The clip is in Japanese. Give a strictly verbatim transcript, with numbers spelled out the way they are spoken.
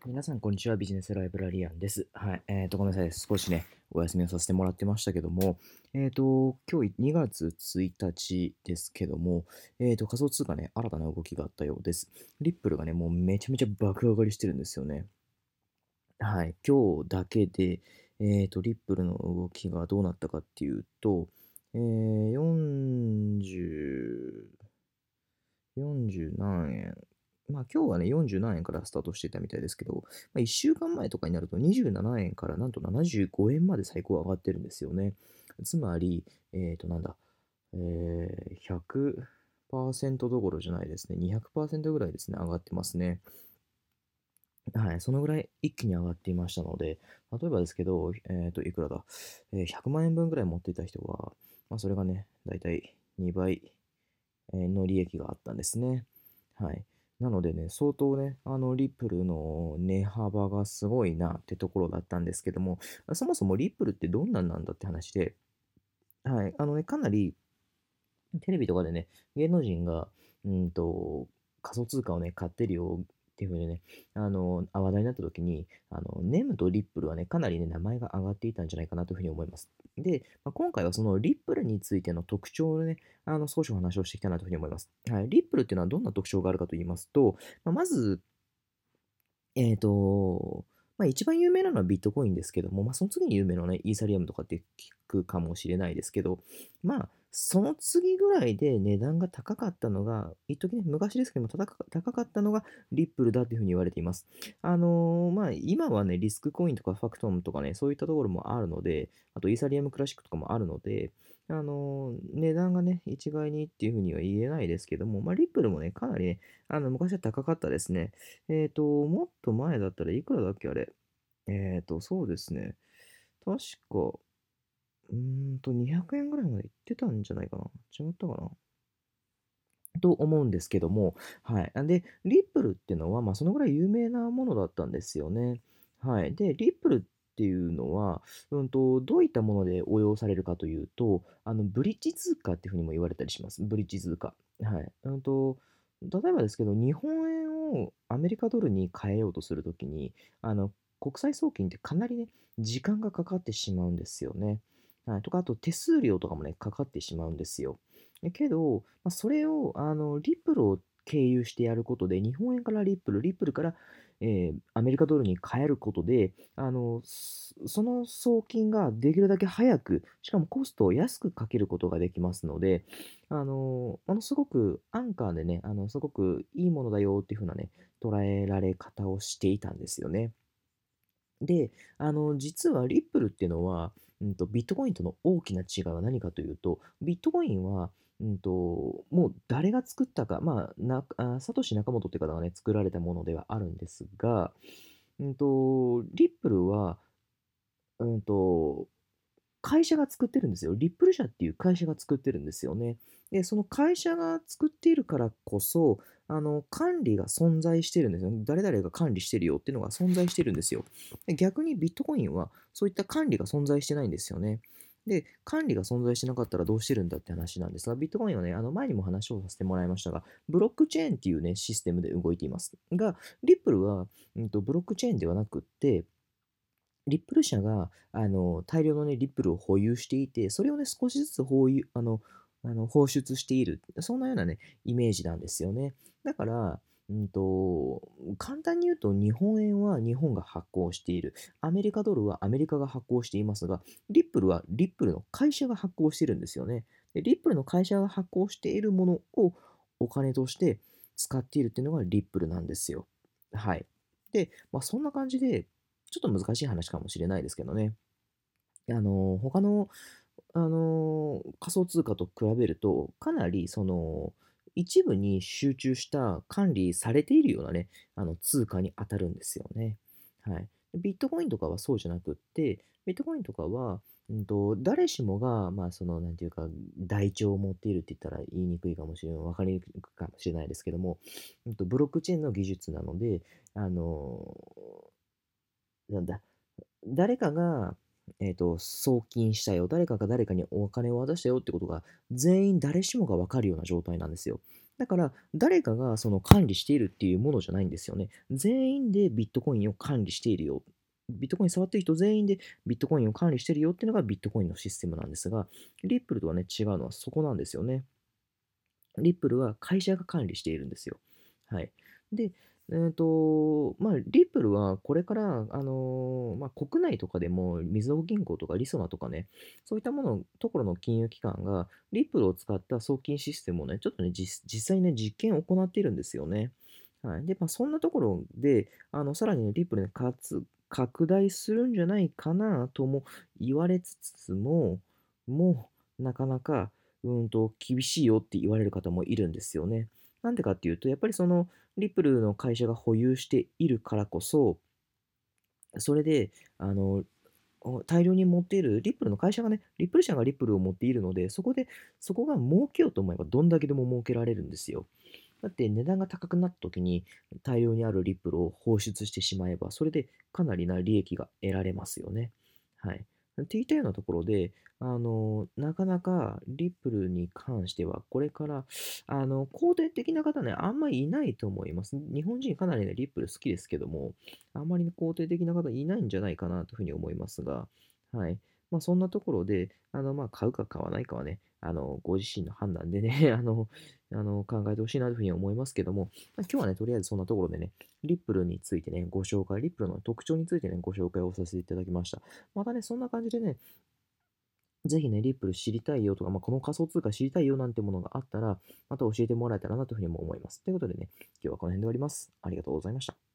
皆さん、こんにちは。ビジネスライブラリアンです。はい。えっと、ごめんなさい。少しね、お休みをさせてもらってましたけども、えっと、今日にがつついたちですけども、えっと、仮想通貨ね、新たな動きがあったようです。リップルがね、もうめちゃめちゃ爆上がりしてるんですよね。はい。今日だけで、えっと、リップルの動きがどうなったかっていうと、えー、よんじゅう、よんじゅう何円。まあ今日はね、よんじゅう何円からスタートしてたみたいですけど、まあ、いっしゅうかんまえとかになるとにじゅうななえんからなんとななじゅうごえんまで最高上がってるんですよね。つまり、えっとなんだ、えー、ひゃくパーセントどころじゃないですね。にひゃくパーセントぐらいですね、上がってますね。はい、そのぐらい一気に上がっていましたので、例えばですけど、えっと、いくらだ、えー、ひゃくまん円分ぐらい持っていた人は、まあ、それがね、だいたいにばいえーの利益があったんですね。はい。なのでね、相当ね、あの、リップルの値幅がすごいなってところだったんですけども、そもそもリップルってどんなんなんだって話で、はい。あのね、かなりテレビとかでね、芸能人が、うんと、仮想通貨をね、買ってるよっていう風にね、あの、あ話題になった時に、あの、ネムとリップルはね、かなりね、名前が上がっていたんじゃないかなというふうに思います。で、まあ、今回はそのリップルについての特徴をね、あの、少しお話をしていきたいなというふうに思います。はい。リップルっていうのはどんな特徴があるかと言いますと、まあ、まず、えっと、まあ、一番有名なのはビットコインですけども、まあ、その次に有名なのはね、イーサリアムとかって聞くかもしれないですけど、まあ、その次ぐらいで値段が高かったのが、一時ね、昔ですけども高か高かったのがリップルだというふうに言われています。あのーまあ、今はね、リスクコインとかファクトムとかね、そういったところもあるので、あとイーサリアムクラシックとかもあるので、あのー値段がね、一概にっていうふうには言えないですけども、まあ、リップルもね、かなりね、あの、昔は高かったですね。えっと、もっと前だったらいくらだっけ、あれ。えっと、そうですね。確か、うーんと、にひゃくえんぐらいまで行ってたんじゃないかな。違ったかなと思うんですけども、はい。なんで、リップルっていうのは、まあ、そのぐらい有名なものだったんですよね。はい。で、リップルっていうのは、うんと、どういったもので応用されるかというと、あの、ブリッジ通貨っていうふうにも言われたりします。ブリッジ通貨。はい。うんと、例えばですけど、日本円をアメリカドルに変えようとするときに、あの、国際送金ってかなりね、時間がかかってしまうんですよね。はい。とか、あと手数料とかもね、かかってしまうんですよ。えけど、まあ、それを、あの、リップルを経由してやることで、日本円からリップル、リップルから、えーアメリカドルに変えることで、あの、そその送金ができるだけ早く、しかもコストを安くかけることができますので、あの、ものすごく安価でね、あの、すごくいいものだよっていう風なね、捉えられ方をしていたんですよね。で、あの、実はリップルっていうのは、うんと、ビットコインとの大きな違いは何かというと、ビットコインは、うんと、もう誰が作ったか、まあ、な、あ、サトシ・ナカモトって方がね、作られたものではあるんですが、うんと、リップルは、うんと、会社が作ってるんですよ。リップル社っていう会社が作ってるんですよね。で、その会社が作っているからこそ、あの、管理が存在してるんですよ。誰々が管理してるよっていうのが存在してるんですよ。で逆にビットコインはそういった管理が存在してないんですよね。で、管理が存在してなかったらどうしてるんだって話なんですが、ビットコインはね、あの前にも話をさせてもらいましたが、ブロックチェーンっていうね、システムで動いています。が、リップルは、うんと、ブロックチェーンではなくって、リップル社が、あの、大量のね、リップルを保有していて、それをね、少しずつ放有あの、あの放出している。そんなようなね、イメージなんですよね。だから、うんと、簡単に言うと、日本円は日本が発行している。アメリカドルはアメリカが発行していますが、リップルはリップルの会社が発行しているんですよね。で、リップルの会社が発行しているものをお金として使っているっていうのがリップルなんですよ。はい。で、まあ、そんな感じで、ちょっと難しい話かもしれないですけどね。あの、他の、あの、仮想通貨と比べると、かなりその、一部に集中した管理されているようなね、あの通貨に当たるんですよね。はい。ビットコインとかはそうじゃなくって、ビットコインとかは、うんと、誰しもが、まあ、その、なんていうか、台帳を持っているって言ったら言いにくいかもしれない、わかりにくいかもしれないですけども、うんと、ブロックチェーンの技術なので、あの、なんだ、誰かが、えっと、送金したよ、誰かが誰かにお金を渡したよってことが、全員誰しもがわかるような状態なんですよ。 だから、誰かがその管理しているっていうものじゃないんですよね。全員でビットコインを管理しているよ。ビットコイン触ってる人全員でビットコインを管理しているよっていうのがビットコインのシステムなんですが、リップルとはね、違うのはそこなんですよね。リップルは会社が管理しているんですよ。はい。で、えっと、まあ、リップルはこれから、あのーまあ、国内とかでも、みずほ銀行とかリソナとかね、そういったもの、ところの金融機関が、リップルを使った送金システムをね、ちょっとね、実実際ね、実験を行っているんですよね。はい。で、まあ、そんなところで、あの、さらにね、リップルね、かつ、拡大するんじゃないかなとも言われつつも、もう、なかなか、うんと、厳しいよって言われる方もいるんですよね。なんでかっていうと、やっぱりその、リップルの会社が保有しているからこそ、それで、あの、大量に持っている、リップルの会社がね、リップル社がリップルを持っているので、そこで、そこが儲けようと思えば、どんだけでも儲けられるんですよ。だって値段が高くなった時に大量にあるリップルを放出してしまえば、それでかなりな利益が得られますよね。はい。っていったようなところで、あの、なかなかリップルに関しては、これから、あの、肯定的な方ね、あんまりいないと思います。日本人かなりね、リップル好きですけども、あんまりね肯定的な方いないんじゃないかなというふうに思いますが、はい。まあ、そんなところで、あの、まあ、買うか買わないかはね、あの、ご自身の判断でね、あの、あの、考えてほしいなというふうに思いますけども、まあ、今日はね、とりあえずそんなところでね、リップルについてね、ご紹介、リップルの特徴についてね、ご紹介をさせていただきました。またね、そんな感じでね、ぜひね、リップル知りたいよとか、まあ、この仮想通貨知りたいよなんてものがあったら、また教えてもらえたらなというふうにも思います。ということでね、今日はこの辺で終わります。ありがとうございました。